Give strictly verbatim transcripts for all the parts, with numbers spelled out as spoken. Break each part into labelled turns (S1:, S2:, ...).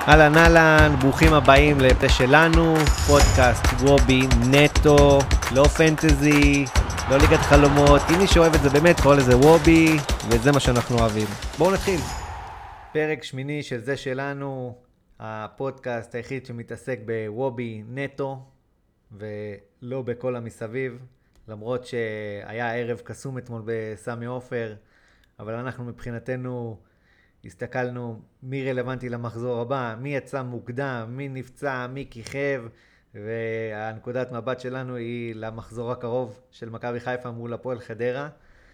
S1: אהלן אהלן, ברוכים הבאים לפרק שלנו, פודקאסט וובי נטו, לא פנטזי, לא ליגת חלומות, אם מי שאוהב את זה באמת קורא לזה וובי, וזה מה שאנחנו אוהבים. בואו נתחיל. פרק שמיני של זה שלנו, הפודקאסט היחיד שמתעסק בוובי נטו, ולא בכל המסביב, למרות שהיה ערב קסום אתמול בסמי עופר, אבל אנחנו מבחינתנו הסתכלנו מי רלוונטי למחזור הבא, מי יצא מוקדם, מי נפצע, מי כיכב, והנקודת מבט שלנו היא למחזור הקרוב של מכבי חיפה מול הפועל חדרה,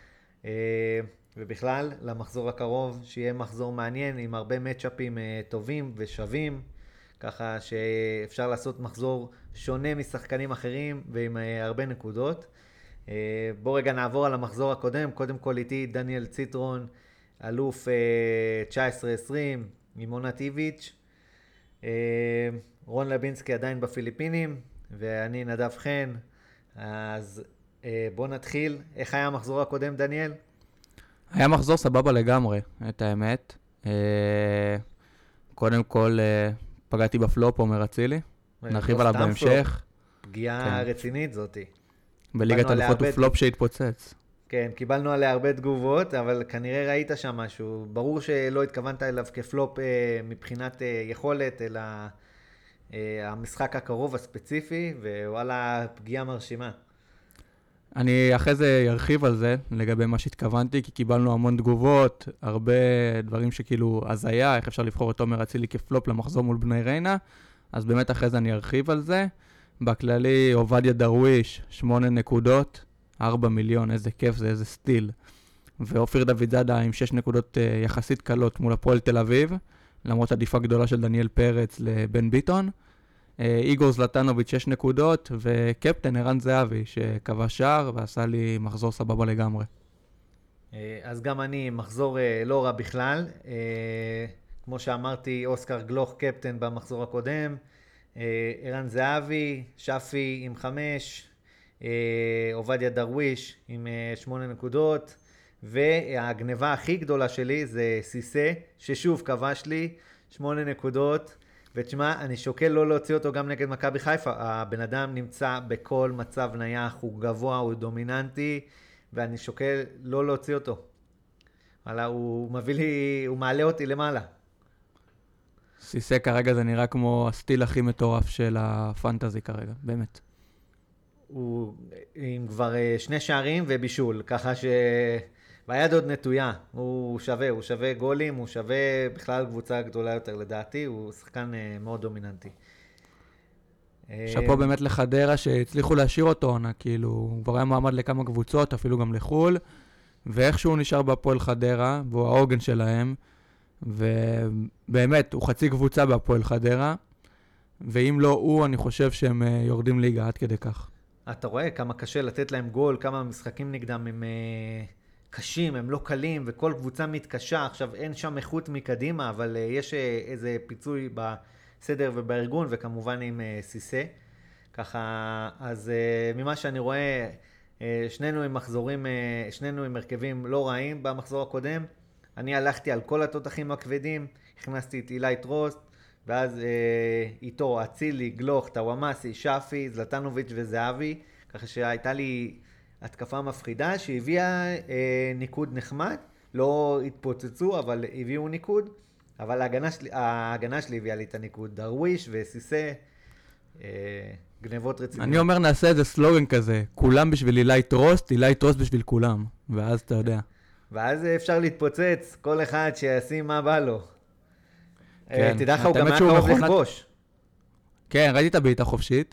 S1: ובכלל למחזור הקרוב שיהיה מחזור מעניין עם הרבה מצ'אפים טובים ושווים, ככה שאפשר לעשות מחזור שונה משחקנים אחרים ועם הרבה נקודות. בואו רגע נעבור על המחזור הקודם. קודם כל איתי דניאל ציטרון, אלוף תשע עשרה עשרים ממונת איביץ', רון לבינסקי עדיין בפיליפינים, ואני נדב חן. אז בואו נתחיל. איך היה המחזור הקודם, דניאל?
S2: היה מחזור סבבה לגמרי, את האמת. קודם כל פגעתי בפלופ, עומר אצילי, נרחיב עליו בהמשך.
S1: פגיעה רצינית זאתי.
S2: בליגת אלופות הוא פלופ שהתפוצץ.
S1: כן, קיבלנו עליה הרבה תגובות, אבל כנראה ראית שם משהו. ברור שלא התכוונת אליו כפלופ מבחינת יכולת, אלא המשחק הקרוב הספציפי, ווואלה, פגיעה מרשימה.
S2: אני אחרי זה ארחיב על זה, לגבי מה שהתכוונתי, כי קיבלנו המון תגובות, הרבה דברים שכאילו הזיה, איך אפשר לבחור את עומר אצילי כפלופ למחזור מול בני ריינה, אז באמת אחרי זה אני ארחיב על זה. בכללי, עובדיה דרוויש, שמונה נקודות, ארבע מיליון, איזה כיף זה, איזה סטיל. ואופיר דוד זאדה עם שש נקודות uh, יחסית קלות מול הפועל תל אביב, למרות עדיפה גדולה של דניאל פרץ לבן ביטון. Uh, איגור זלטנוביץ' שש נקודות, וקפטן ערן זהבי שקבע שער ועשה לי מחזור סבבה לגמרי.
S1: אז גם אני מחזור uh, לא רע בכלל. Uh, כמו שאמרתי, אוסקר גלוך קפטן במחזור הקודם, uh, ערן זהבי, שפי עם חמש, עובדיה דרוויש עם שמונה נקודות, והגניבה הכי גדולה שלי זה סיסה, ששוב כבש לי שמונה נקודות, ותשמע, אני שוקל לא להוציא אותו גם נגד מכבי חיפה. הבן אדם נמצא בכל מצב נייח, הוא גבוה, הוא דומיננטי, ואני שוקל לא להוציא אותו. וואלה, הוא מביא לי, הוא מעלה אותי למעלה.
S2: סיסה כרגע זה נראה כמו הסטיל הכי מטורף של הפנטזי כרגע, באמת.
S1: הוא עם כבר שני שערים ובישול, ככה ש... והיד עוד נטויה, הוא שווה, הוא שווה גולים, הוא שווה בכלל קבוצה גדולה יותר לדעתי, הוא שחקן מאוד דומיננטי.
S2: שפה באמת לחדרה שהצליחו להשאיר אותו, כאילו, הוא כבר היה מעמד לכמה קבוצות, אפילו גם לחול, ואיכשהו נשאר בהפועל חדרה, והוא העוגן שלהם, ובאמת, הוא חצי קבוצה בהפועל חדרה, ואם לא הוא, אני חושב שהם יורדים ליגה עד כדי כך.
S1: אתה רואה כמה קשה לתת להם גול, כמה משחקים נגדם הם uh, קשים, הם לא קלים, וכל קבוצה מתקשה. עכשיו אין שם איכות מקדימה, אבל uh, יש uh, איזה פיצוי בסדר ובארגון, וכמובן עם uh, סיסה. ככה, אז uh, ממה שאני רואה, uh, שנינו עם מחזורים, uh, שנינו עם מרכבים לא רעים במחזור הקודם. אני הלכתי על כל התותחים הכבדים, הכנסתי את אילי טרוסט, ואז אה, איתו אצילי, גלוך, טוואמאסי, שפי, זלטנוביץ' וזהבי, ככה שהייתה לי התקפה מפחידה שהביאה אה, ניקוד נחמד, לא התפוצצו אבל הביאו ניקוד, אבל ההגנה שלי, ההגנה שלי הביאה לי את הניקוד, דרוויש וסיסה, אה, גנבות רציניות.
S2: אני אומר נעשה איזה סלוגן כזה, כולם בשביל אילי טרוסט, אילי טרוסט בשביל כולם, ואז אתה יודע.
S1: ואז אפשר להתפוצץ, כל אחד שישים מה בא לו.
S2: כן,
S1: תדע לך, הוא גם היה קרוב לכבוש.
S2: כן, ראיתי את הבעיטה חופשית,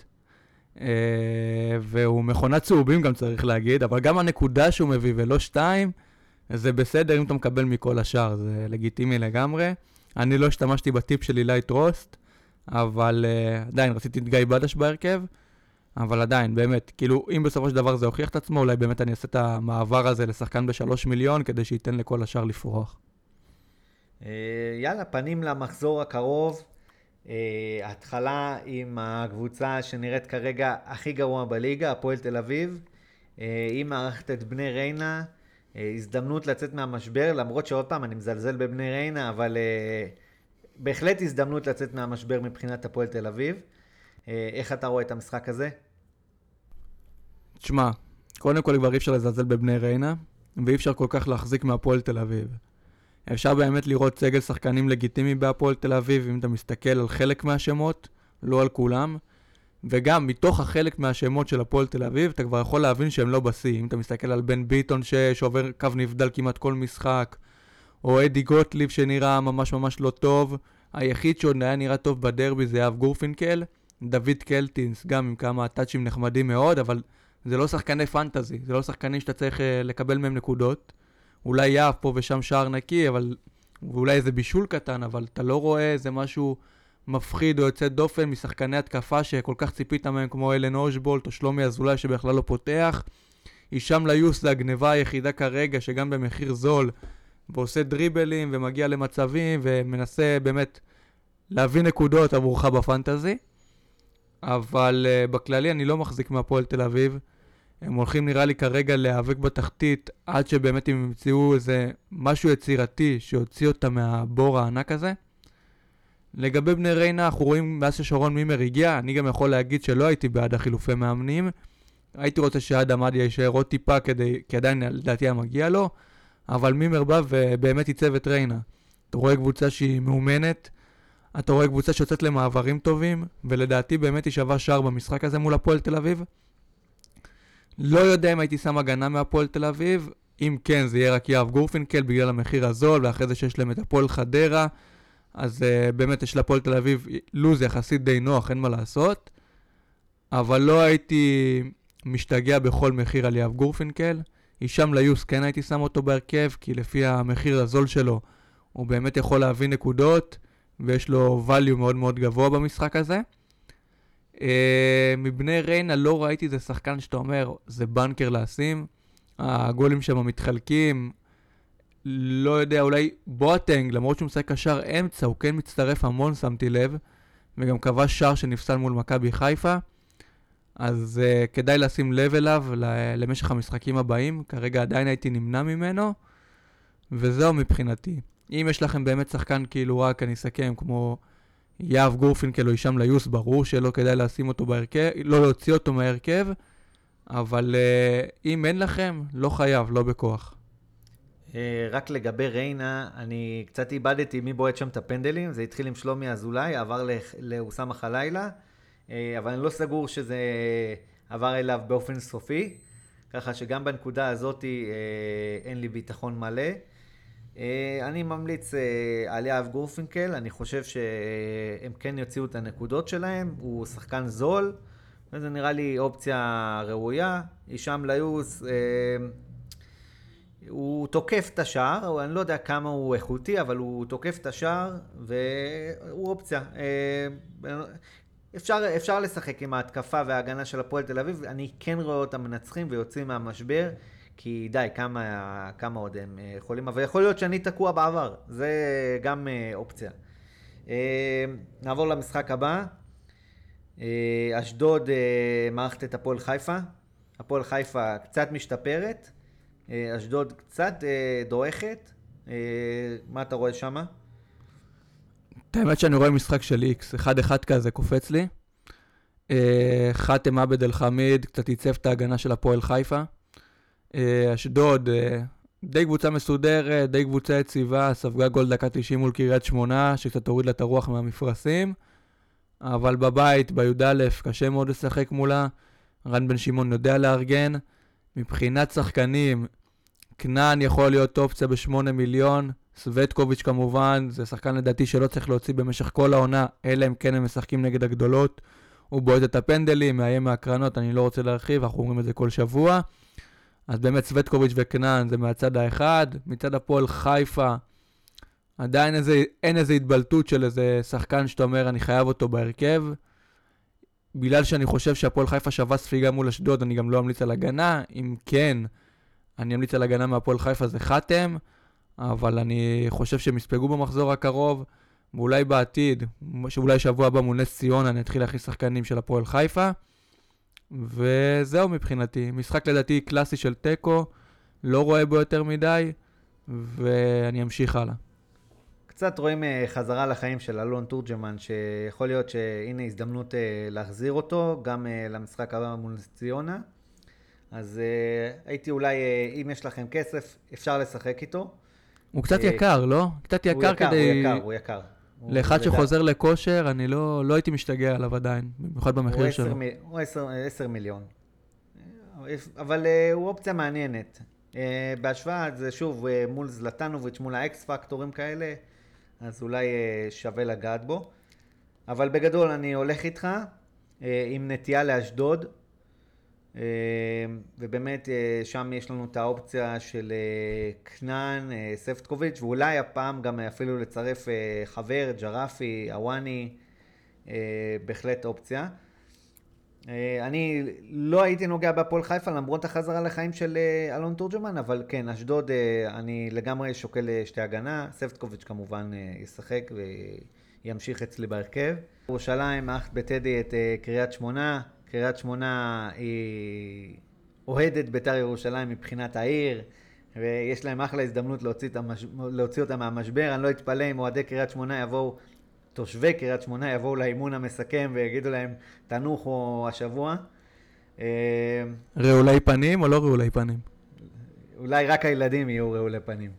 S2: והוא מכונת צהובים גם צריך להגיד, אבל גם הנקודה שהוא מביא ולא שתיים, זה בסדר אם אתה מקבל מכל השאר, זה לגיטימי לגמרי. אני לא השתמשתי בטיפ של אילי טרוסט, אבל עדיין רציתי את גיא בדש בהרכב, אבל עדיין, באמת, כאילו, אם בסופו של דבר זה הוכיח את עצמו, אולי באמת אני אעשה את המעבר הזה לשחקן בשלוש מיליון, כדי שייתן לכל השאר לפרוח.
S1: יאללה, פנים למחזור הקרוב. התחלה עם הקבוצה שנראית כרגע הכי גרוע בליגה, הפועל תל אביב. היא מערכת את בני ריינה, הזדמנות לצאת מהמשבר, למרות שעוד פעם אני מזלזל בבני ריינה, אבל בהחלט הזדמנות לצאת מהמשבר מבחינת הפועל תל אביב. איך אתה רואה את המשחק הזה?
S2: תשמע, קודם כל כבר אי אפשר לזלזל בבני ריינה, ואי אפשר כל כך להחזיק מהפועל תל אביב. אפשר באמת לראות סגל שחקנים לגיטימי בהפועל תל אביב, אם אתה מסתכל על חלק מהשמות, לא על כולם, וגם מתוך החלק מהשמות של הפועל תל אביב, אתה כבר יכול להבין שהם לא בסי. אם אתה מסתכל על בן ביטון ש... שעובר קו נבדל כמעט כל משחק, או אדי גוטליב שנראה ממש ממש לא טוב, היחיד שעוד היה נראה טוב בדרבי זה יאב גורפינקל, דוד קלטינס, גם עם כמה טאצ'ים נחמדים מאוד, אבל זה לא שחקני פנטזי, זה לא שחקנים שאתה צריך uh, לקבל מהם נקודות. אולי יאב פה ושם שער נקי, אבל ואולי איזה בישול קטן, אבל אתה לא רואה איזה משהו מפחיד או יוצא דופן משחקני התקפה שכל כך ציפית מהם, כמו אלן אושבולט או שלומי אזולאי שבכלל לא פותח. הישאם ליוס זה הגניבה היחידה כרגע, שגם במחיר זול, ועושה דריבלים ומגיע למצבים ומנסה באמת להביא נקודות עבורך בפנטזי. אבל uh, בכללי אני לא מחזיק מהפועל תל אביב. הם הולכים נראה לי כרגע להיאבק בתחתית עד שבאמת הם ימצאו איזה משהו יצירתי שיוציא אותה מהבור הענק הזה. לגבי בני ריינה, אנחנו רואים מאז ששרון מימר הגיע, אני גם יכול להגיד שלא הייתי בעד החילופי מאמנים. הייתי רוצה שעד עמדיה יישאר עוד טיפה כדי, כי עדיין לדעתי היה מגיע לו, אבל מימר בא ובאמת ייצב את ריינה. אתה רואה קבוצה שהיא מאומנת, אתה רואה קבוצה שיוצאת למעברים טובים, ולדעתי באמת היא שווה שער במשחק הזה מול הפועל תל אביב. לא יודע אם הייתי שם הגנה מהפועל תל אביב, אם כן זה יהיה רק יאב גורפינקל בגלל המחיר הזול, ואחרי זה שיש להם את הפועל חדרה, אז uh, באמת יש לפועל תל אביב לוז יחסית די נוח, אין מה לעשות, אבל לא הייתי משתגע בכל מחיר על יאב גורפינקל. הישאם ליוס כן הייתי שם אותו בהרכב, כי לפי המחיר הזול שלו הוא באמת יכול להביא נקודות, ויש לו value מאוד מאוד גבוה במשחק הזה. Uh, מבני ריינה לא ראיתי איזה שחקן שאתה אומר, זה בנקר לשים. הגולים שם מתחלקים, לא יודע, אולי בואטנג, למרות שהוא משחק קשר אמצע, הוא כן מצטרף המון, שמתי לב, וגם כבש שער שנפסל מול מכבי חיפה. אז uh, כדאי לשים לב אליו למשך המשחקים הבאים. כרגע עדיין הייתי נמנע ממנו, וזהו מבחינתי. אם יש לכם באמת שחקן כאילו רק, אני אסכם, כמו יאב גורפינקל או הישאם ליוס, ברור שלא כדאי לשים אותו בהרכב, לא להוציא אותו מהרכב, אבל uh, אם אין לכם, לא חייב, לא בכוח.
S1: Uh, רק לגבי ריינה, אני קצת איבדתי מי בועט שם את הפנדלים, זה התחיל עם שלומי אזולאי, עבר לאוסאמה חלילה, uh, אבל אני לא סגור שזה עבר אליו באופן סופי, ככה שגם בנקודה הזאת uh, אין לי ביטחון מלא. Uh, אני ממליץ uh, על יאב גורפינקל, אני חושב שהם כן יוציאו את הנקודות שלהם, הוא שחקן זול, וזה נראה לי אופציה ראויה. הישאם ליוס, uh, הוא תוקף את השער, אני לא יודע כמה הוא איכותי, אבל הוא תוקף את השער, והוא אופציה. Uh, אפשר, אפשר לשחק עם ההתקפה וההגנה של הפועל תל אביב, אני כן רואה אותם מנצחים ויוצאים מהמשבר, כי די, כמה, כמה עוד הם יכולים, אבל יכול להיות שאני תקוע בעבר, זה גם אופציה. נעבור למשחק הבא, אשדוד מערכת את הפועל חיפה, הפועל חיפה קצת משתפרת, אשדוד קצת דועכת, מה אתה רואה שמה?
S2: האמת שאני רואה משחק של איקס, אחד אחד כזה קופץ לי, חאתם עבד אל חמיד קצת ייצב את ההגנה של הפועל חיפה, אשדוד, די קבוצה מסודרת, די קבוצה יציבה, ספגה גול דקה תשעים מול קריית שמונה, שקצת תוריד לה את הרוח מהמפרשים, אבל בבית, בי"א, קשה מאוד לשחק מולה, רן בן שמעון יודע לארגן, מבחינת שחקנים, כנען יכול להיות אופציה בשמונה מיליון, סווטקוביץ' כמובן, זה שחקן לדעתי שלא צריך להוציא במשך כל העונה, אלא אם כן הם משחקים נגד הגדולות, הוא בועט את הפנדלים, מאיים מהקרנות, אני לא רוצה להרחיב, אנחנו אומרים את זה כל שבוע, אז באמת סווטקוביץ' וכנען זה מהצד האחד, מצד הפועל חיפה, עדיין איזה, אין איזה התבלטות של איזה שחקן שאתה אומר אני חייב אותו בהרכב, בגלל שאני חושב שהפועל חיפה שווה ספיגה מול אשדוד, אני גם לא אמליץ על הגנה, אם כן, אני אמליץ על הגנה מהפועל חיפה זה חתם, אבל אני חושב שהם יספגו במחזור הקרוב, ואולי בעתיד, שאולי שבוע הבא מול נס ציונה, אני אתחיל להכניס שחקנים של הפועל חיפה, וזהו מבחינתי. משחק לדעתי קלאסי של טקו, לא רואה בו יותר מדי, ואני אמשיך הלאה.
S1: קצת רואים חזרה לחיים של אלון תורג'מן, שיכול להיות שהנה הזדמנות להחזיר אותו, גם למשחק הבא מול נס ציונה. אז הייתי אולי, אם יש לכם כסף, אפשר לשחק איתו.
S2: הוא קצת יקר, לא? קצת יקר
S1: הוא יקר,
S2: כדי...
S1: הוא יקר, הוא יקר.
S2: לאחד שחוזר לכושר, אני לא, לא הייתי משתגע עליו עדיין, במיוחד במחיר שלו.
S1: הוא עשר מיליון. אבל הוא אופציה מעניינת. בהשוואה, זה שוב מול זלטנוביץ', מול האקס פקטורים כאלה, אז אולי שווה לגעת בו. אבל בגדול אני הולך איתך עם נטייה לאשדוד, ובאמת שם יש לנו את האופציה של קנן, ספטקוביץ', ואולי הפעם גם אפילו לצרף חבר, ג'רפי, אוואני, בהחלט אופציה. אני לא הייתי נוגע בהפועל חיפה למרות החזרה לחיים של אלון תורג'מן, אבל כן, אשדוד אני לגמרי שוקל שתי הגנה, ספטקוביץ' כמובן ישחק וימשיך אצלי בהרכב. ירושלים מארחת בטדי את קריית שמונה, קריית שמונה היא אוהדת בית"ר ירושלים מבחינת העיר, ויש להם אחלה הזדמנות להוציא, המש... להוציא אותה מהמשבר. אני לא אתפלא אם אוהדי קריית שמונה יבואו, תושבי קריית שמונה יבואו לאימון המסכם ויגידו להם תנוחו השבוע.
S2: רעולי פנים או לא רעולי פנים?
S1: אולי רק הילדים יהיו רעולי פנים.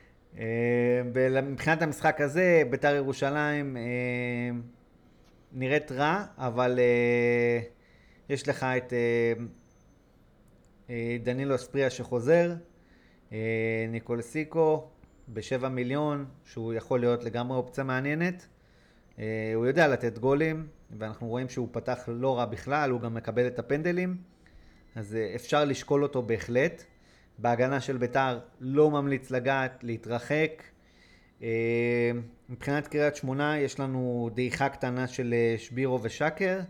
S1: מבחינת המשחק הזה, בית"ר ירושלים נראית רע, אבל יש לך את דנילו אספריה שחוזר, ניקולסיקו בשבע מיליון, שהוא יכול להיות לגמרי אופציה מעניינת. הוא יודע לתת גולים, ואנחנו רואים שהוא פתח לא רע בכלל, הוא גם מקבל את הפנדלים, אז אפשר לשקול אותו בהחלט. בהגנה של בית"ר לא ממליץ לגעת, להתרחק. מבחינת קריית שמונה יש לנו דעיכה קטנה של שבירו ושקר,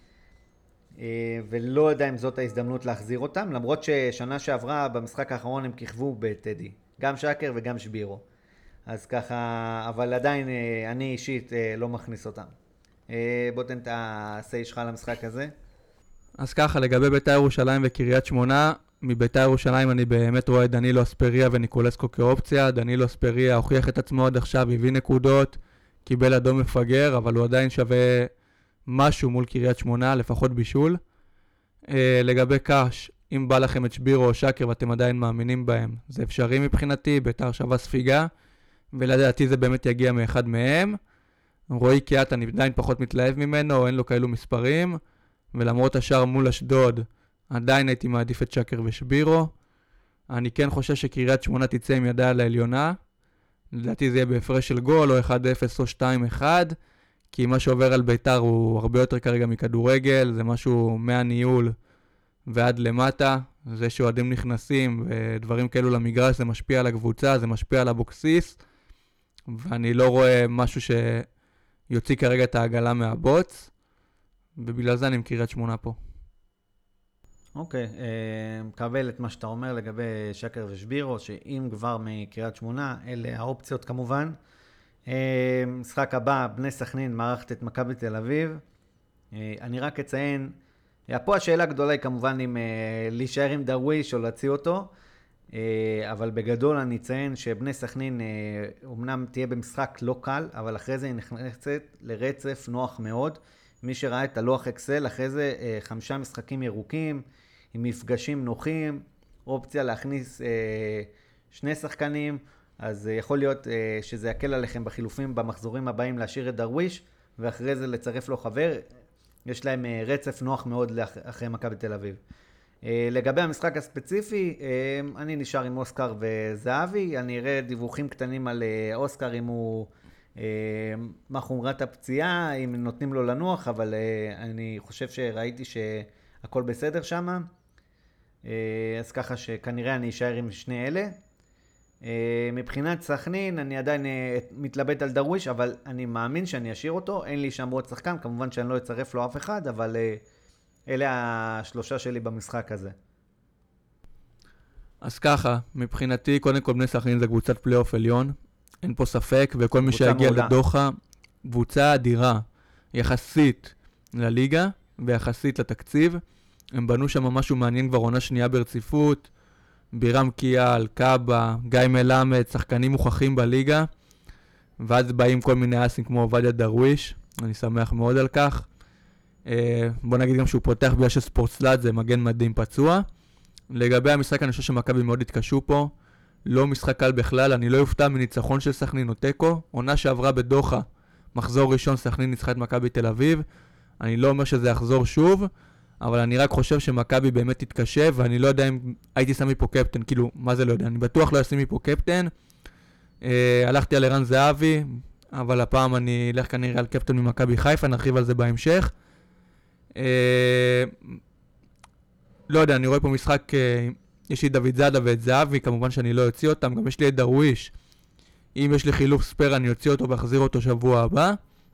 S1: ולא יודע אם זאת ההזדמנות להחזיר אותם, למרות ששנה שעברה במשחק האחרון הם כיכבו בטדי, גם שקר וגם שבירו. אז ככה, אבל עדיין אני אישית לא מכניס אותם. בוא תן את הסי שלך למשחק הזה.
S2: אז ככה, לגבי בית"ר ירושלים וקריית שמונה, מבית"ר ירושלים אני באמת רואה את דנילו אספריה וניקולסקו כאופציה. דנילו אספריה הוכיח את עצמו עד עכשיו, הביא נקודות, קיבל אדום מפגר, אבל הוא עדיין שווה משהו מול קריית שמונה, לפחות בישול. לגבי קאש, אם בא לכם את שבירו או שקר ואתם עדיין מאמינים בהם, זה אפשרי מבחינתי, בית"ר שווה ספיגה, ולדעתי זה באמת יגיע מאחד מהם. רועי קיאט אני עדיין פחות מתלהב ממנו, אין לו כאלו מספרים, ולמרות השאר מול אשדוד, עדיין הייתי מעדיף את שקר ושבירו. אני כן חושב שקריית שמונה תצא עם ידה על העליונה, לדעתי זה יהיה בהפרש של גול, או אחד אפס או שתיים אחד, כי מה שעובר על בית"ר הוא הרבה יותר כרגע מכדורגל, זה משהו מהניהול ועד למטה, זה שאוהדים נכנסים ודברים כאלו למגרש, זה משפיע על הקבוצה, זה משפיע על הבוקסיס, ואני לא רואה משהו שיוציא כרגע את העגלה מהבוץ, ובגלל זה אני עם קריית שמונה פה.
S1: אוקיי, מקבל את מה שאתה אומר לגבי שקר ושבירו, שאם כבר מקריית שמונה, אלה האופציות כמובן. משחק הבא, בני סכנין, מערכת את מכבי תל אביב. אני רק אציין, פה השאלה הגדולה היא כמובן אם להישאר עם דרוויש או להציע אותו, אבל בגדול אני אציין שבני סכנין אומנם תהיה במשחק לא קל, אבל אחרי זה היא נכנסת לרצף נוח מאוד. מי שראה את הלוח אקסל, אחרי זה חמישה משחקים ירוקים, עם מפגשים נוחים, אופציה להכניס שני שחקנים, אז יכול להיות שזה יקל עליכם בחילופים במחזורים הבאים להשאיר את דרוויש, ואחרי זה לצרף לו חבר. יש להם רצף נוח מאוד אחרי מכבי תל אביב. לגבי המשחק הספציפי, אני נשאר עם אוסקר וזהבי. אני אראה דיווחים קטנים על אוסקר אם הוא, מה חומרת הפציעה, אם נותנים לו לנוח, אבל אני חושב שראיתי שהכל בסדר שם. אז ככה שכנראה אני אשאר עם שני אלה. מבחינת סכנין, אני עדיין מתלבט על דרוויש, אבל אני מאמין שאני אשאיר אותו. אין לי שם עוד שחקן, כמובן שאני לא אצרף לו אף אחד, אבל אלה השלושה שלי במשחק הזה.
S2: אז ככה, מבחינתי, קודם כל בני סכנין זה קבוצת פלייאוף עליון. אין פה ספק, וכל מי שיגיע לדוחה, קבוצה אדירה, יחסית לליגה ויחסית לתקציב. הם בנו שם משהו מעניין כבר עונה שנייה ברציפות, בירם קיאל, קאבה, גיא מלמד, שחקנים מוכחים בליגה, ואז באים כל מיני אסים כמו עובדיה דרוויש, אני שמח מאוד על כך. בוא נגיד גם שהוא פותח בגלל שספורטסלאט זה מגן מדהים פצוע. לגבי המשחק אני חושב שמכבי מאוד התקשו פה, לא משחק קל בכלל, אני לא יופתע מניצחון של סכנין או תיקו, עונה שעברה בדוחה, מחזור ראשון סכנין ניצחה את מכבי תל אביב, אני לא אומר שזה יחזור שוב, אבל אני רק חושב שמכבי באמת תתקשה, ואני לא יודע אם הייתי שם מפה קפטן, כאילו, מה זה לא יודע, אני בטוח לא אשים מפה קפטן, אה, הלכתי על ערן זהבי, אבל הפעם אני אלך כנראה על קפטן ממכבי חיפה, נרחיב על זה בהמשך. אה, לא יודע, אני רואה פה משחק, אה, יש לי דוד זאדה ואת זהבי, כמובן שאני לא אוציא אותם, גם יש לי את דרוויש, אם יש לי חילוף ספר אני אוציא אותו ואחזיר אותו שבוע הבא.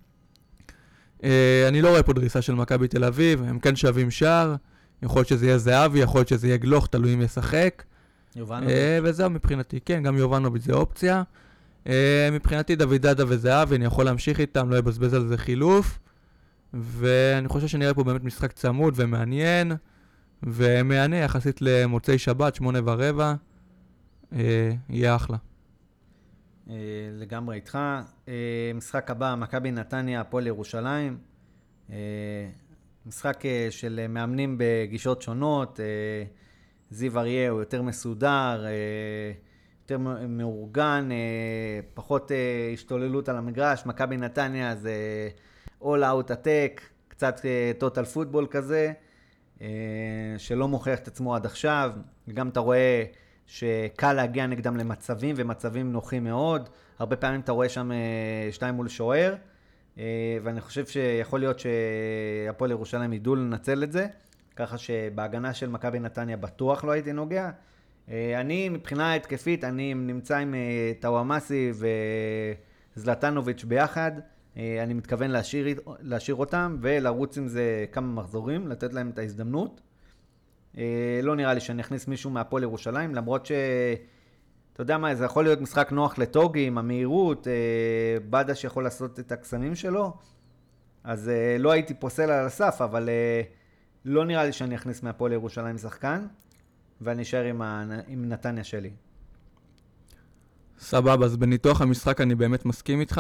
S2: Uh, אני לא רואה פה דריסה של מכבי תל אביב, הם כן שווים שער, יכול להיות שזה יהיה זהבי, יכול להיות שזה יהיה גלוך, תלוי אם ישחק.
S1: יובנוביץ'.
S2: Uh, וזהו מבחינתי, כן, גם יובנוביץ' זה אופציה. Uh, מבחינתי דוד זאדה וזהבי, אני יכול להמשיך איתם, לא יבזבז על זה חילוף. ואני חושב שנראה פה באמת משחק צמוד ומעניין, ומענה יחסית למוצאי שבת, שמונה ורבע, uh, יהיה אחלה.
S1: Uh, לגמרי איתך. Uh, משחק הבא, מכבי נתניה, הפועל ירושלים. Uh, משחק uh, של מאמנים בגישות שונות. Uh, זיו אריה הוא יותר מסודר, uh, יותר מאורגן, uh, פחות uh, השתוללות על המגרש. מכבי נתניה זה all out attack, קצת uh, total football כזה, uh, שלא מוכיח את עצמו עד עכשיו. גם אתה רואה שקל להגיע נגדם למצבים, ומצבים נוחים מאוד. הרבה פעמים אתה רואה שם שתיים מול שוער, ואני חושב שיכול להיות שהפועל ירושלים ידעו לנצל את זה, ככה שבהגנה של מכבי נתניה בטוח לא הייתי נוגע. אני מבחינה התקפית, אני נמצא עם טאוואמאסי וזלטנוביץ' ביחד, אני מתכוון להשאיר, להשאיר אותם ולרוץ עם זה כמה מחזורים, לתת להם את ההזדמנות. לא נראה לי שאני אכניס מישהו מהפועל ירושלים, למרות ש... אתה יודע מה, זה יכול להיות משחק נוח לטוגי עם המהירות, בדש יכול לעשות את הקסמים שלו, אז לא הייתי פוסל על הסף, אבל לא נראה לי שאני אכניס מהפועל ירושלים שחקן, ואני אשאר עם, ה... עם נתניה שלי.
S2: סבבה, אז בניתוח המשחק אני באמת מסכים איתך.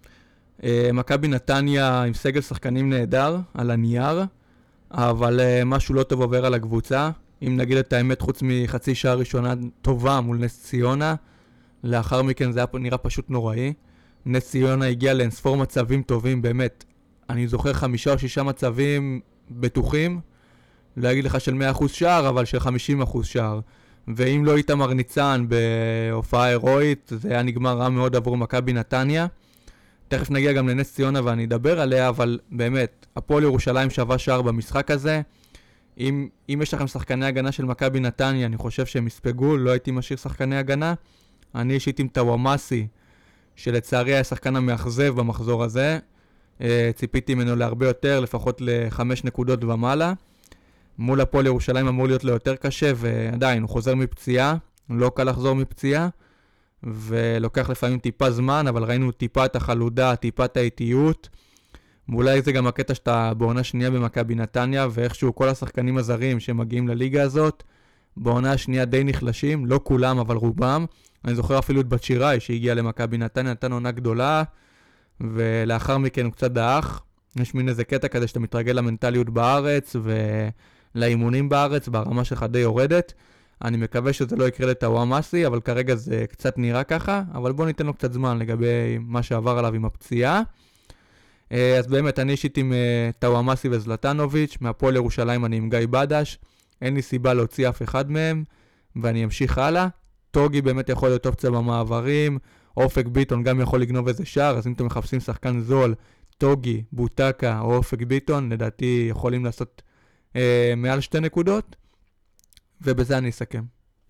S2: מכבי נתניה עם סגל שחקנים נהדר על הנייר, אבל uh, משהו לא טוב עובר על הקבוצה. אם נגיד את האמת, חוץ מחצי שעה ראשונה טובה מול נס ציונה, לאחר מכן זה היה נראה פשוט נוראי. נס ציונה הגיע לאינספור מצבים טובים, באמת. אני זוכר חמישה או שישה מצבים בטוחים, לא אגיד לך של מאה אחוז שער, אבל של חמישים אחוז שער. ואם לא איתמר ניצן בהופעה הירואית, זה היה נגמר רע מאוד עבור מכבי נתניה. תכף נגיע גם לנס ציונה ואני אדבר עליה, אבל באמת, הפועל ירושלים שווה שער במשחק הזה. אם, אם יש לכם שחקני הגנה של מכבי נתניה, אני חושב שהם יספגו, לא הייתי משאיר שחקני הגנה. אני אישית עם טאוואמאסי, שלצערי היה שחקן המאכזב במחזור הזה. ציפיתי ממנו להרבה יותר, לפחות לחמש נקודות ומעלה. מול הפועל ירושלים אמור להיות לו יותר קשה, ועדיין הוא חוזר מפציעה, לא קל לחזור מפציעה. ולוקח לפעמים טיפה זמן, אבל ראינו טיפה את החלודה, טיפה את האיטיות. ואולי זה גם הקטע שאתה בעונה שנייה במכבי נתניה, ואיכשהו כל השחקנים הזרים שמגיעים לליגה הזאת, בעונה השנייה די נחלשים, לא כולם אבל רובם. אני זוכר אפילו את בת שיראי שהגיע למכבי נתניה, נתן עונה גדולה, ולאחר מכן הוא קצת דאח. יש מין איזה קטע כזה שאתה מתרגל למנטליות בארץ, ולאימונים בארץ, ברמה שלך די יורדת. אני מקווה שזה לא יקרה לטאוואמאסי, אבל כרגע זה קצת נראה ככה, אבל בוא ניתן לו קצת זמן לגבי מה שעבר עליו עם הפציעה. אז באמת, אני אישית עם טאוואמאסי וזלטנוביץ', מהפועל ירושלים אני עם גיא בדש, אין לי סיבה להוציא אף אחד מהם, ואני אמשיך הלאה. טוגי באמת יכול להיות אופציה במעברים, אופק ביטון גם יכול לגנוב איזה שער, אז אם אתם מחפשים שחקן זול, טוגי, בוטקה או אופק ביטון, לדעתי יכולים לעשות אה, מעל שתי נקודות. ובזה אני אסכם.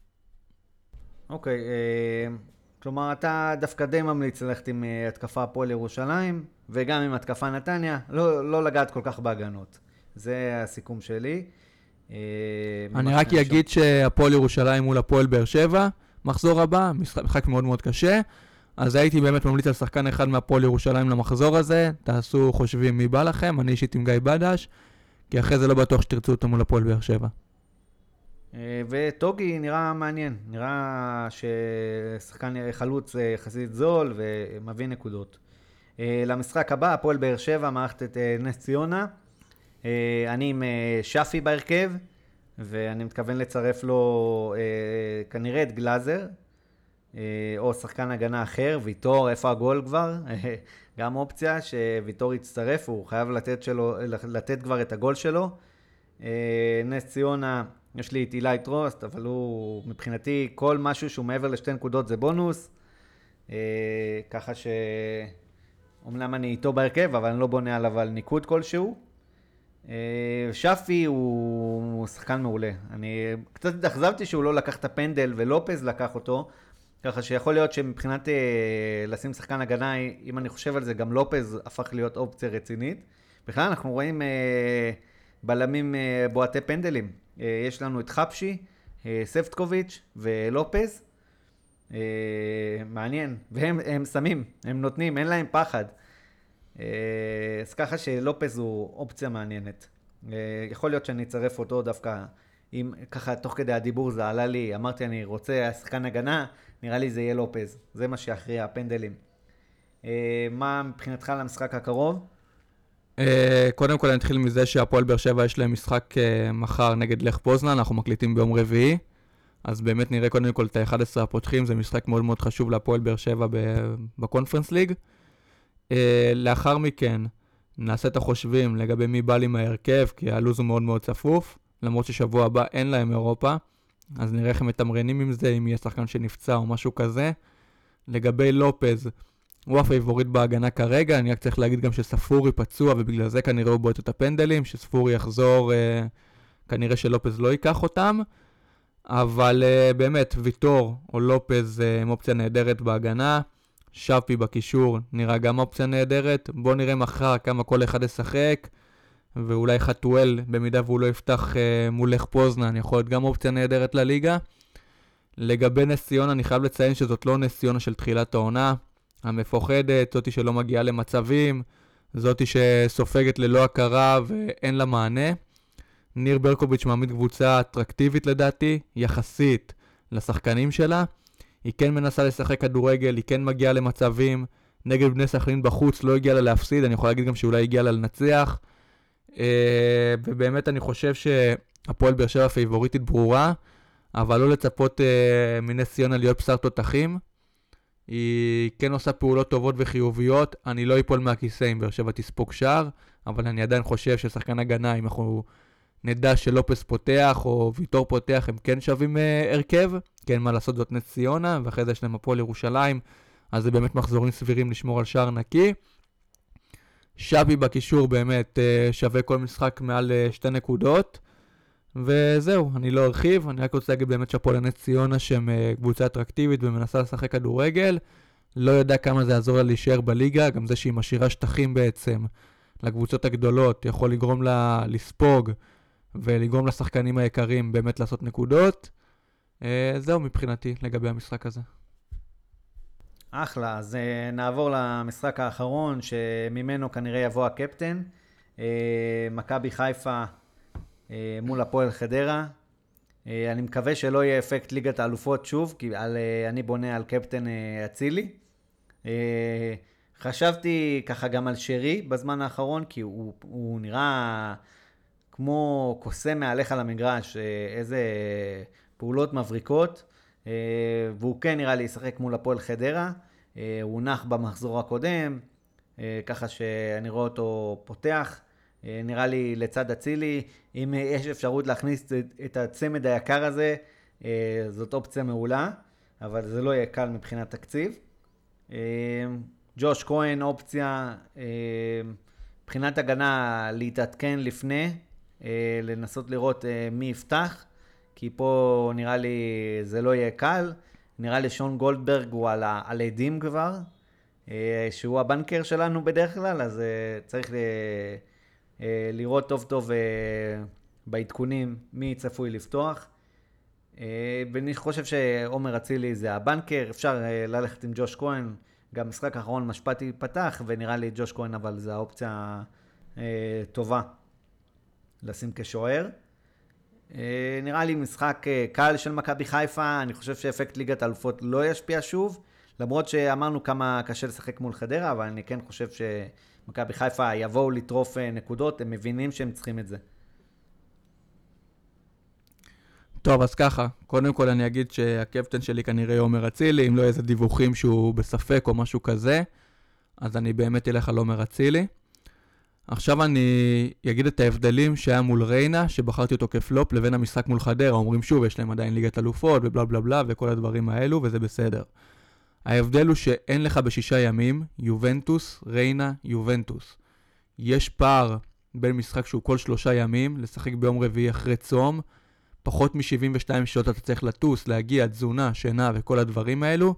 S1: אוקיי, כלומר אתה דווקא די ממליץ ללכת עם התקפה הפועל ירושלים, וגם עם התקפה נתניה, לא, לא לגעת כל כך בהגנות. זה הסיכום שלי.
S2: אני רק אגיד שהפועל ירושלים מול הפועל באר שבע, מחזור הבא, משחק מאוד מאוד קשה, אז הייתי באמת ממליץ על שחקן אחד מהפועל ירושלים למחזור הזה, תעשו חושבים מי בא לכם, אני אישית עם גיא בדש, כי אחרי זה לא בטוח שתרצו אותו מול הפועל באר שבע.
S1: וטוגי נראה מעניין, נראה ששחקן חלוץ יחסית זול ומביא נקודות. למשחק הבא, הפועל באר שבע מערכת את נס ציונה. אני עם שפי בהרכב, ואני מתכוון לצרף לו כנראה את גלאזר, או שחקן הגנה אחר, ויטור, איפה הגול כבר? גם אופציה שוויטור יצטרף, הוא חייב לתת, שלו, לתת כבר את הגול שלו. נס ציונה, יש לי את אילי טרוסט, אבל הוא מבחינתי כל משהו שהוא מעבר לשתי נקודות זה בונוס. ככה ש... אומנם אני איתו בהרכב, אבל אני לא בונה עליו על ניקוד כלשהו. שפי הוא שחקן מעולה. אני קצת התאכזבתי שהוא לא לקח את הפנדל ולופז לקח אותו, ככה שיכול להיות שמבחינת לשים שחקן הגנה, אם אני חושב על זה, גם לופז הפך להיות אופציה רצינית. בכלל אנחנו רואים בלמים בועטי פנדלים. יש לנו את חפשי, ספטקוביץ' ולופז. מעניין, והם הם שמים, הם נותנים, אין להם פחד. אז ככה שלופז הוא אופציה מעניינת. יכול להיות שאני אצרף אותו דווקא, אם ככה תוך כדי הדיבור זה עלה לי, אמרתי אני רוצה שחקן הגנה, נראה לי זה יהיה לופז, זה מה שיכריע הפנדלים. מה מבחינתך למשחק הקרוב?
S2: קודם כל אני אתחיל מזה שהפועל באר שבע יש להם משחק מחר נגד לך פוזנן, אנחנו מקליטים ביום רביעי, אז באמת נראה קודם כל את ה-אחד עשר הפותחים, זה משחק מאוד מאוד חשוב להפועל באר שבע בקונפרנס ליג. לאחר מכן נעשה את החושבים לגבי מי בא לי מההרכב, כי הלוז הוא מאוד מאוד צפוף, למרות ששבוע הבא אין להם אירופה, אז נראה איך הם מתמרנים עם זה, אם יהיה שחקן שנפצע או משהו כזה. לגבי לופז, הוא הפייבוריט בהגנה כרגע, אני רק צריך להגיד גם שספורי פצוע, ובגלל זה כנראה הוא בועט את הפנדלים, שספורי יחזור, אה, כנראה שלופז לא ייקח אותם, אבל אה, באמת, ויטור או לופז אה, הם אופציה נהדרת בהגנה, שפי בקישור נראה גם אופציה נהדרת, בוא נראה מחר כמה כל אחד ישחק, ואולי חתואל, במידה והוא לא יפתח אה, מול לך פוזנן, יכול להיות גם אופציה נהדרת לליגה. לגבי נס ציונה, אני חייב לציין שזאת לא נס ציונה של תחילת העונה, המפוחדת, זאתי שלא מגיעה למצבים, זאתי שסופגת ללא הכרה ואין לה מענה. ניר ברקוביץ' מעמיד קבוצה אטרקטיבית לדעתי, יחסית לשחקנים שלה. היא כן מנסה לשחק כדורגל, היא כן מגיעה למצבים, נגד בני סכנין בחוץ לא הגיעה לה להפסיד, אני יכול להגיד גם שאולי הגיעה לה לנצח. ובאמת אני חושב שהפועל באר שבע פייבוריטית ברורה, אבל לא לצפות מנס ציונה להיות בשר תותחים. היא כן עושה פעולות טובות וחיוביות, אני לא אפול מהכיסא אם באר שבע תספוג שער, אבל אני עדיין חושב ששחקן הגנה, אם אנחנו נדע שלופס פותח או ויטור פותח, הם כן שווים הרכב, כן מה לעשות זאת נס ציונה, ואחרי זה יש להם הפועל ירושלים, אז זה באמת מחזורים סבירים לשמור על שער נקי. שבי בקישור באמת שווה כל משחק מעל שתי נקודות, וזהו, אני לא ארחיב, אני רק רוצה להגיד באמת שהפועל נס ציונה שהם קבוצה אטרקטיבית ומנסה לשחק כדורגל, לא יודע כמה זה יעזור לה להישאר בליגה, גם זה שהיא משאירה שטחים בעצם לקבוצות הגדולות, יכול לגרום לה לספוג ולגרום לשחקנים היקרים באמת לעשות נקודות. זהו מבחינתי לגבי המשחק הזה.
S1: אחלה, אז נעבור למשחק האחרון שממנו כנראה יבוא הקפטן, מכבי חיפה מול הפועל חדרה. אני מקווה שלא יהיה אפקט ליגת האלופות שוב, כי אני בונה על קפטן אצילי. חשבתי ככה גם על שרי בזמן האחרון, כי הוא, הוא נראה כמו קוסם מעליך למגרש, איזה פעולות מבריקות, והוא כן נראה לי ישחק מול הפועל חדרה. הוא נח במחזור הקודם, ככה שאני רואה אותו פותח. נראה לי לצד אצילי, אם יש אפשרות להכניס את הצמד היקר הזה, זאת אופציה מעולה, אבל זה לא יהיה קל מבחינת תקציב. ג'וש כהן אופציה, מבחינת הגנה להתעדכן לפני, לנסות לראות מי יפתח, כי פה נראה לי זה לא יהיה קל. נראה לי שון גולדברג הוא על, ה- על עדים כבר, שהוא הבנקר שלנו בדרך כלל, אז צריך ל... לראות טוב טוב בעדכונים מי צפוי לפתוח. ואני חושב שעומר אצילי זה הבנקר, אפשר ללכת עם ג'וש כהן, גם משחק האחרון משפטי פתח, ונראה לי ג'וש כהן אבל זה האופציה טובה לשים כשוער. אה, נראה לי משחק אה, קל של מכבי חיפה, אני חושב שאפקט ליגת האלופות לא ישפיע שוב, למרות שאמרנו כמה קשה לשחק מול חדרה, אבל אני כן חושב שמכבי חיפה יבואו לטרוף אה, נקודות, הם מבינים שהם צריכים את זה.
S2: טוב, אז ככה, קודם כל אני אגיד שהקפטן שלי כנראה עומר אצילי, אם לא איזה דיווחים שהוא בספק או משהו כזה, אז אני באמת אלך על עומר אצילי. עכשיו אני אגיד את ההבדלים שהיה מול ריינה, שבחרתי אותו כפלופ, לבין המשחק מול חדרה. אומרים שוב, יש להם עדיין ליגת אלופות ובלה בלה בלה וכל הדברים האלו, וזה בסדר. ההבדל הוא שאין לך בשישה ימים יובנטוס, ריינה, יובנטוס. יש פער בין משחק שהוא כל שלושה ימים, לשחק ביום רביעי אחרי צום, פחות מ-שבעים ושתיים שעות אתה צריך לטוס, להגיע תזונה, שינה וכל הדברים האלו,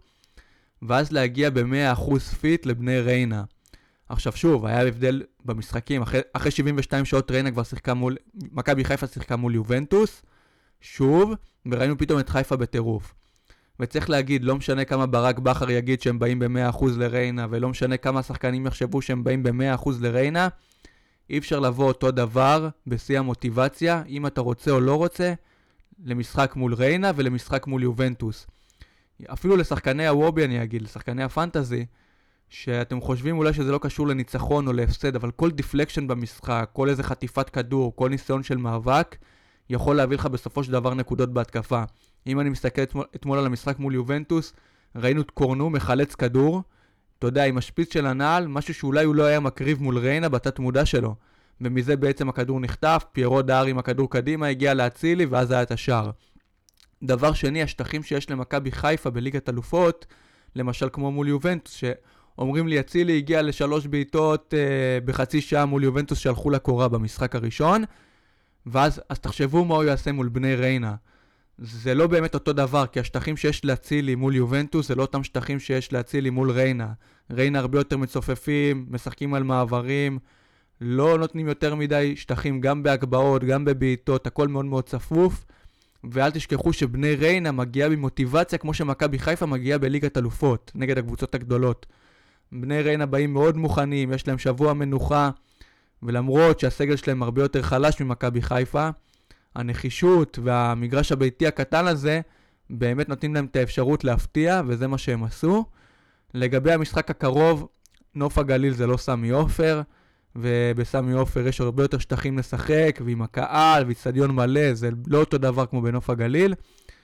S2: ואז להגיע ב-מאה אחוז פיט לבני ריינה. עכשיו שוב, היה הבדל במשחקים, אחרי, אחרי שבעים ושתיים שעות ריינה כבר שיחקה מול, מכבי חיפה שיחקה מול יובנטוס, שוב, וראינו פתאום את חיפה בטירוף. וצריך להגיד, לא משנה כמה ברק בכר יגיד שהם באים ב-מאה אחוז לריינה, ולא משנה כמה השחקנים יחשבו שהם באים ב-מאה אחוז לריינה, אי אפשר לבוא אותו דבר בשיא המוטיבציה, אם אתה רוצה או לא רוצה, למשחק מול ריינה ולמשחק מול יובנטוס. אפילו לשחקני הוובי אני אגיד, לשחקני הפנטזי, שאתם חושבים אולי שזה לא קשור לניצחון או להפסד, אבל כל דיפלקשן במשחק, כל איזה חטיפת כדור, כל ניסיון של מאבק, יכול להביא לך בסופו של דבר נקודות בהתקפה. אם אני מסתכל אתמול, אתמול על המשחק מול יובנטוס, ראינו את קורנו מחלץ כדור, אתה יודע, עם השפיץ של הנעל, משהו שאולי הוא לא היה מקריב מול ריינה בתת מודע שלו. ומזה בעצם הכדור נחטף, פיירו דהר עם הכדור קדימה, הגיע להצילי ואז היה את השער. דבר שני, השטחים שיש למכבי חיפה בליגת אלופות, למשל כמו מול יובנטוס, שאומרים לי, אצילי הגיע לשלוש בעיטות אה, בחצי שעה מול יובנטוס שהלכו לקורה במשחק הראשון, ואז אז תחשבו מה הוא יעשה מול בני ריינה. זה לא באמת אותו דבר, כי השטחים שיש להצילי מול יובנטוס, זה לא אותם שטחים שיש להצילי מול ריינה. ריינה הרבה יותר מצופפים, משחקים על מעברים, לא נותנים יותר מדי שטחים, גם בהגבעות, גם בבעיטות, הכל מאוד מאוד צפוף, ואל תשכחו שבני ריינה מגיעה במוטיבציה כמו שמכבי חיפה מגיעה בליגת אלופות, נגד הקבוצות הגדולות. בני ריינה באים מאוד מוכנים, יש להם שבוע מנוחה, ולמרות שהסגל שלהם הרבה יותר חלש ממכבי חיפה, הנחישות והמגרש הביתי הקטן הזה, באמת נותנים להם את האפשרות להפתיע, וזה מה שהם עשו. לגבי המשחק הקרוב, נוף הגליל זה לא סמי עופר, ובסמי עופר יש הרבה יותר שטחים לשחק, ועם הקהל, ואצטדיון מלא, זה לא אותו דבר כמו בנוף הגליל.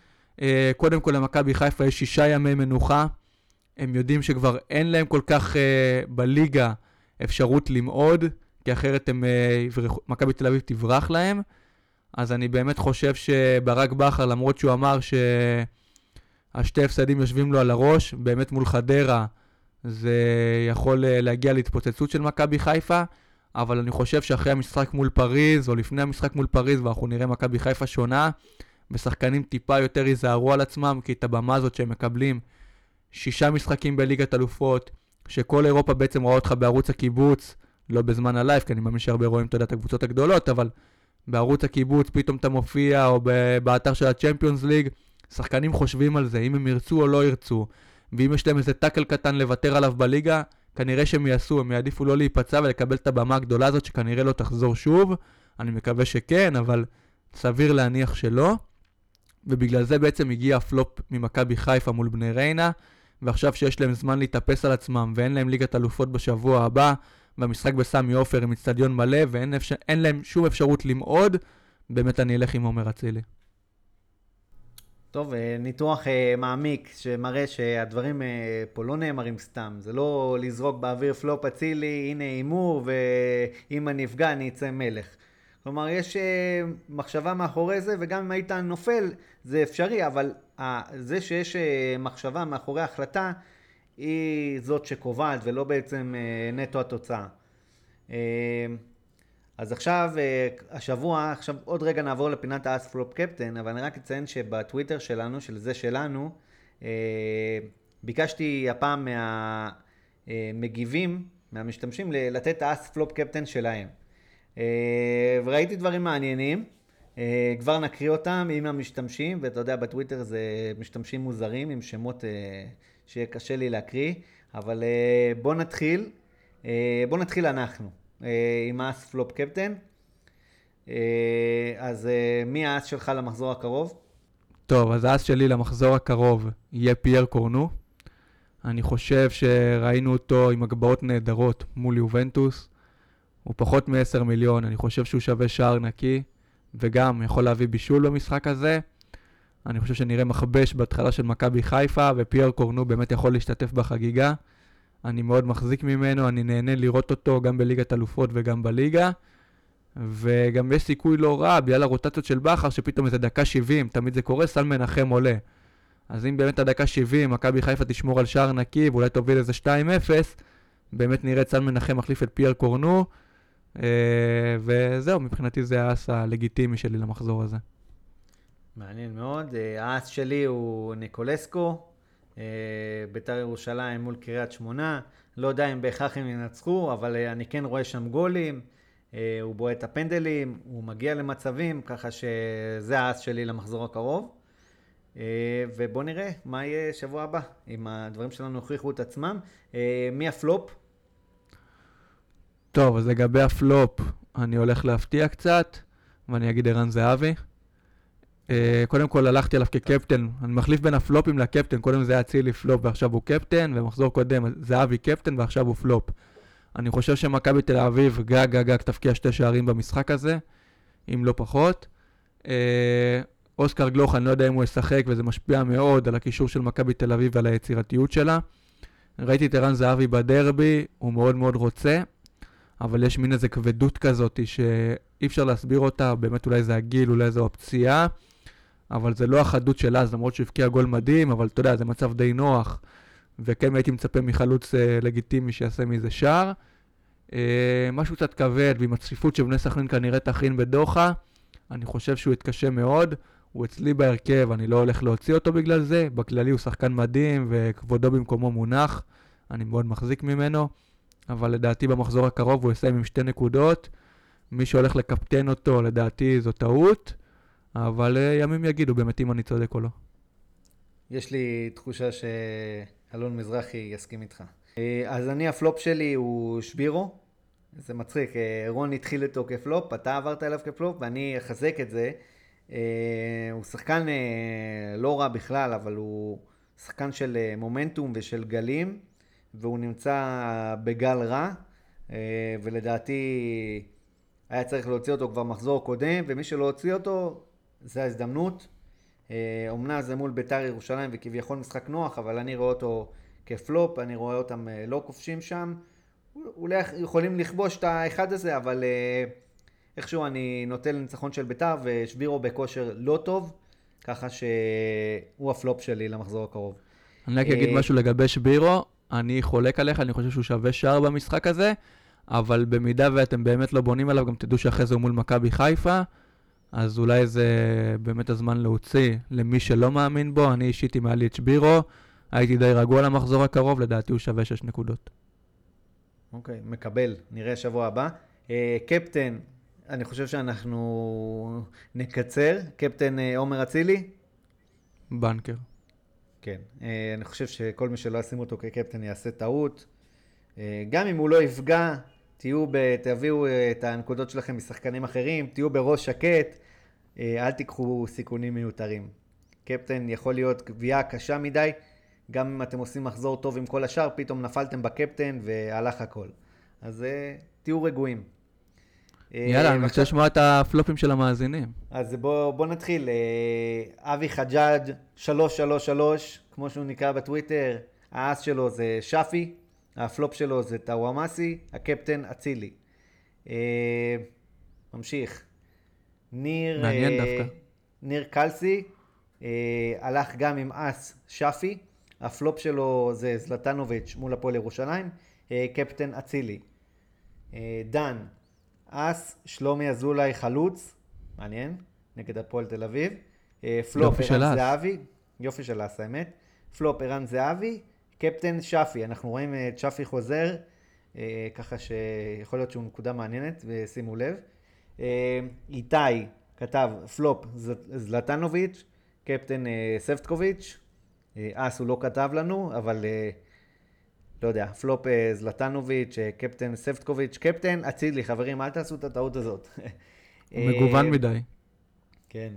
S2: קודם כל למכבי חיפה יש שישה ימי מנוחה, הם יודעים שכבר אין להם כל כך בליגה אפשרות למעוד, כי אחרת הם, מכבי תל אביב תברח להם. אז אני באמת חושב שברק בכר, למרות שהוא אמר שהשתי הפסדים יושבים לו על הראש, באמת מול חדרה, זה יכול להגיע להתפוצצות של מכבי חיפה, אבל אני חושב שאחרי המשחק מול פריז, או לפני המשחק מול פריז, ואנחנו נראה מכבי חיפה שונה, ושחקנים טיפה יותר ייזהרו על עצמם, כי את הבמה הזאת שהם מקבלים שישה משחקים בליגת אלופות, שכל אירופה בעצם רואה אותך בערוץ הקיבוץ, לא בזמן הלייב, כי אני מאמין שהרבה רואים את יודעת הקבוצות הגדולות, אבל בערוץ הקיבוץ פתאום אתה מופיע, או באתר של הצ'מפיונס ליג, שחקנים חושבים על זה, אם הם ירצו או לא ירצו, ואם יש להם איזה טאקל קטן לוותר עליו בליגה, כנראה שהם יעשו, הם יעדיפו לא להיפצע ולקבל את הבמה הגדולה הזאת שכנראה לא תחזור שוב. אני מקווה שכן, אבל סביר להניח שלא. ובגלל זה בעצם הגיע הפלופ ממכבי חיפה מול בני ריינה, ועכשיו שיש להם זמן להתאפס על עצמם ואין להם ליגת אלופות בשבוע הבא, במשחק בסמי עופר עם אצטדיון מלא ואין אפשר, אין להם שום אפשרות למעוד, באמת אני אלך עם עומר אצילי.
S1: טוב, ניתוח מעמיק שמראה שהדברים פה לא נאמרים סתם. זה לא לזרוק באוויר פלופ אצילי, הנה אימור, ואם אני אפגע אני אצא מלך. כלומר, יש מחשבה מאחורי זה, וגם אם היית נופל זה אפשרי, אבל זה שיש מחשבה מאחורי ההחלטה, היא זאת שקובעת ולא בעצם נטו התוצאה. אז עכשיו, השבוע, עכשיו עוד רגע נעבור לפינת האס פלופ קפטן, אבל אני רק אציין שבטוויטר שלנו, של זה שלנו, ביקשתי הפעם מהמגיבים, מהמשתמשים, לתת האס פלופ קפטן שלהם. וראיתי דברים מעניינים, כבר נקריא אותם עם המשתמשים, ואתה יודע, בטוויטר זה משתמשים מוזרים, עם שמות שקשה לי להקריא, אבל בוא נתחיל, בוא נתחיל אנחנו. עם האס פלופ קפטן. אז מי האס שלך למחזור הקרוב?
S2: טוב, אז האס שלי למחזור הקרוב יהיה פייר קורנו. אני חושב שראינו אותו עם הגבהות נהדרות מול יובנטוס. הוא פחות מ-עשרה מיליון, אני חושב שהוא שווה שער נקי, וגם יכול להביא בישול במשחק הזה. אני חושב שנראה מכבש בהתחלה של מכבי חיפה, ופייר קורנו באמת יכול להשתתף בחגיגה. אני מאוד מחזיק ממנו, אני נהנה לראות אותו גם בליגת אלופות וגם בליגה. וגם יש סיכוי לא רע, בגלל הרוטציות של בכר, שפתאום איזה דקה שבעים, תמיד זה קורה, סל מנחם עולה. אז אם באמת הדקה שבעים, מכבי חיפה תשמור על שער נקי, ואולי תוביל איזה שתיים אפס, באמת נראה את סל מנחם מחליף את פייר קורנו, וזהו, מבחינתי זה האס הלגיטימי שלי למחזור הזה.
S1: מעניין מאוד. האס שלי הוא ניקולסקו, בית"ר ירושלים מול קריית שמונה. לא יודע אם בהכרח הם ינצחו, אבל אני כן רואה שם גולים. הוא בועט את הפנדלים, הוא מגיע למצבים, ככה שזה האס שלי למחזור הקרוב. ובוא נראה מה יהיה שבוע הבא, אם הדברים שלנו הוכיחו את עצמם. מי הפלופ?
S2: טוב, אז לגבי הפלופ, אני הולך להפתיע קצת, ואני אגיד ערן זהבי. קודם כל הלכתי עליו כקפטן, אני מחליף בין הפלופים לקפטן, קודם זה היה צילי פלופ ועכשיו הוא קפטן, ומחזור קודם זהבי קפטן ועכשיו הוא פלופ. אני חושב שמכבי תל אביב גג גג גג תפקיע שתי שערים במשחק הזה, אם לא פחות. אוסקר גלוך, אני לא יודע אם הוא ישחק, וזה משפיע מאוד על הקישור של מכבי תל אביב ועל היצירתיות שלה. ראיתי את ערן זהבי בדרבי, הוא מאוד מאוד רוצה, אבל יש מין איזה כבדות כזאת שאי אפשר להסביר אותה, באמת אולי זה הגיל, אולי זו הפציעה, אבל זה לא החדות שלה, אז למרות שהבקיע גול מדהים, אבל אתה יודע, זה מצב די נוח, וכן הייתי מצפה מחלוץ לגיטימי שיעשה מזה שער. משהו קצת כבד, ועם הצפיפות שבני סכנין כנראה תכין בדוחה, אני חושב שהוא יתקשה מאוד, הוא אצלי בהרכב, אני לא הולך להוציא אותו בגלל זה, בכללי הוא שחקן מדהים וכבודו במקומו מונח, אני מאוד מחזיק ממנו, אבל לדעתי במחזור הקרוב הוא יסיים עם שתי נקודות, מי שהולך לקפטן אותו לדעתי זו טעות, אבל ימים יגידו באמת אם אני צודק או לא.
S1: יש לי תחושה שאלון מזרחי יסכים איתך. אז אני הפלופ שלי הוא שבירו, זה מצחיק, רון התחיל איתו כפלופ, אתה עברת אליו כפלופ ואני אחזק את זה. הוא שחקן לא רע בכלל, אבל הוא שחקן של מומנטום ושל גלים, והוא נמצא בגל רע, ולדעתי היה צריך להוציא אותו כבר מחזור קודם, ומי שלא הוציא אותו, זה ההזדמנות. אומנם זה מול בית"ר ירושלים וכביכול משחק נוח, אבל אני רואה אותו כפלופ, אני רואה אותם לא כובשים שם. אולי יכולים לכבוש את האחד הזה, אבל איכשהו אני נוטה לניצחון של בית"ר, ושבירו בכושר לא טוב, ככה שהוא הפלופ שלי למחזור הקרוב.
S2: אני רק אגיד משהו לגבי שבירו, אני חולק עליך, אני חושב שהוא שווה שער במשחק הזה, אבל במידה ואתם באמת לא בונים עליו, גם תדעו שאחרי זה הוא מול מכבי חיפה, אז אולי זה באמת הזמן להוציא למי שלא מאמין בו. אני אישית עם מעלי את שבירו, הייתי די רגוע למחזור הקרוב, לדעתי הוא שווה שש נקודות.
S1: אוקיי, מקבל, נראה שבוע הבא. קפטן, אני חושב שאנחנו נקצר, קפטן עומר אצילי?
S2: בנקר.
S1: כן, אני חושב שכל מי שלא ישים אותו כקפטן יעשה טעות. גם אם הוא לא יפגע, תהיו ב... תביאו את הנקודות שלכם משחקנים אחרים, תהיו בראש שקט, אל תיקחו סיכונים מיותרים. קפטן יכול להיות קביעה קשה מדי, גם אם אתם עושים מחזור טוב עם כל השאר, פתאום נפלתם בקפטן והלך הכל. אז תהיו רגועים.
S2: יאללה, אני רוצה לשמוע את הפלופים של המאזינים.
S1: אז בוא, בוא נתחיל. אבי חג'אג' שלוש שלוש שלוש, כמו שהוא נקרא בטוויטר, האס שלו זה שפי, הפלופ שלו זה טאוואמאסי, הקפטן אצילי. ממשיך. ניר,
S2: מעניין דווקא.
S1: ניר קלסי, הלך גם עם אס שפי, הפלופ שלו זה זלטנוביץ' מול הפועל ירושלים, קפטן אצילי. דן, אס שלומי אזולאי חלוץ, מעניין, נגד הפועל תל אביב. פלופ ערן זהבי, יופי של אס האמת. פלופ ערן זהבי, קפטן שפי, אנחנו רואים את שפי חוזר, ככה שיכול להיות שהוא נקודה מעניינת, ושימו לב. איתי כתב פלופ זלטנוביץ', קפטן ספטקוביץ', אס הוא לא כתב לנו, אבל לא יודע, פלופ זלטנוביץ', קפטן ספטקוביץ', קפטן אצילי, חברים, אל תעשו את הטעות הזאת.
S2: הוא מגוון מדי.
S1: כן.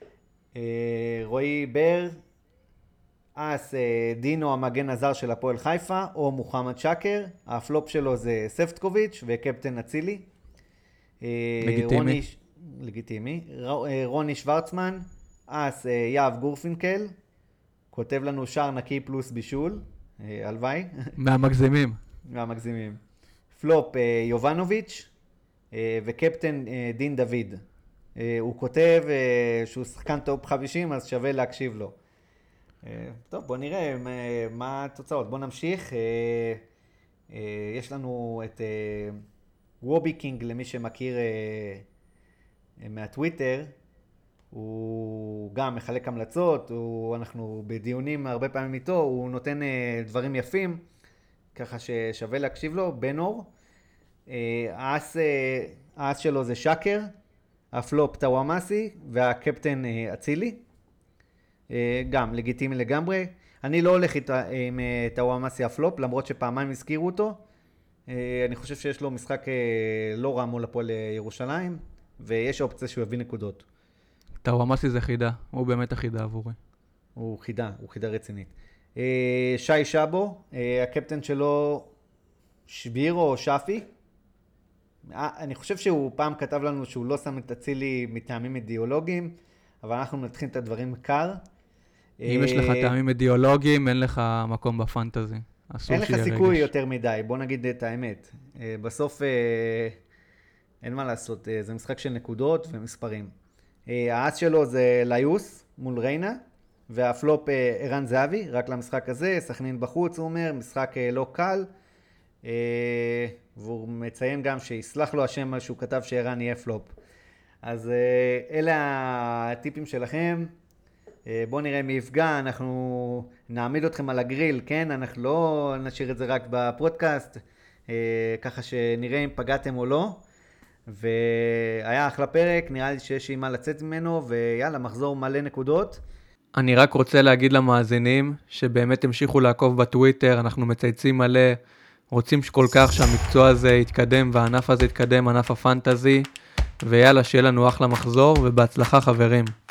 S1: רועי בר, אס דינו המגן הזר של הפועל חיפה, או מוחמד שקר. הפלופ שלו זה ספטקוביץ' וקפטן אצילי.
S2: לגיטימי.
S1: לגיטימי. רוני שוורצמן, אס יאב גורפינקל, כותב לנו שער נקי פלוס בישול, הלוואי.
S2: מהמגזימים.
S1: מהמגזימים. פלופ יובנוביץ' וקפטן דין דוד. הוא כותב שהוא שחקן טופ חמישים, אז שווה להקשיב לו. טוב, בוא נראה מה התוצאות. בוא נמשיך. יש לנו את וובי קינג, למי שמכיר מהטוויטר. הוא גם מחלק המלצות, הוא, אנחנו בדיונים הרבה פעמים איתו, הוא נותן דברים יפים, ככה ששווה להקשיב לו. בנור, האס, האס שלו זה שקר, הפלופ טוואמאסי והקפטן אצילי, גם לגיטימי לגמרי. אני לא הולך עם טוואמאסי הפלופ, למרות שפעמיים הזכירו אותו. אני חושב שיש לו משחק לא רע מול הפועל ירושלים, ויש אופציה שהוא יביא נקודות.
S2: טוואמאסי זה חידה, הוא באמת החידה עבורי.
S1: הוא חידה, הוא חידה רצינית. שי שבו, הקפטן שלו שבירו או שפי. אני חושב שהוא פעם כתב לנו שהוא לא שם את אצילי מטעמים אידיאולוגיים, אבל אנחנו נתחיל את הדברים קר.
S2: אם יש לך טעמים אידיאולוגיים, אין לך מקום בפנטזי.
S1: אין לך סיכוי יותר מדי, בוא נגיד את האמת. בסוף אין מה לעשות, זה משחק של נקודות ומספרים. האס שלו זה ליוס מול ריינה, והפלופ ערן זהבי, רק למשחק הזה, סכנין בחוץ, הוא אומר, משחק לא קל, והוא מציין גם שיסלח לו השם על שהוא כתב שערן יהיה פלופ. אז אלה הטיפים שלכם, בואו נראה מי יפגע, אנחנו נעמיד אתכם על הגריל, כן? אנחנו לא נשאיר את זה רק בפודקאסט, ככה שנראה אם פגעתם או לא. והיה אחלה פרק, נראה לי שיש עם מה לצאת ממנו, ויאללה, מחזור מלא נקודות.
S2: אני רק רוצה להגיד למאזינים, שבאמת המשיכו לעקוב בטוויטר, אנחנו מצייצים מלא, רוצים כל כך שהמקצוע הזה יתקדם, והענף הזה יתקדם, ענף הפנטזי, ויאללה, שיהיה לנו אחלה מחזור, ובהצלחה חברים.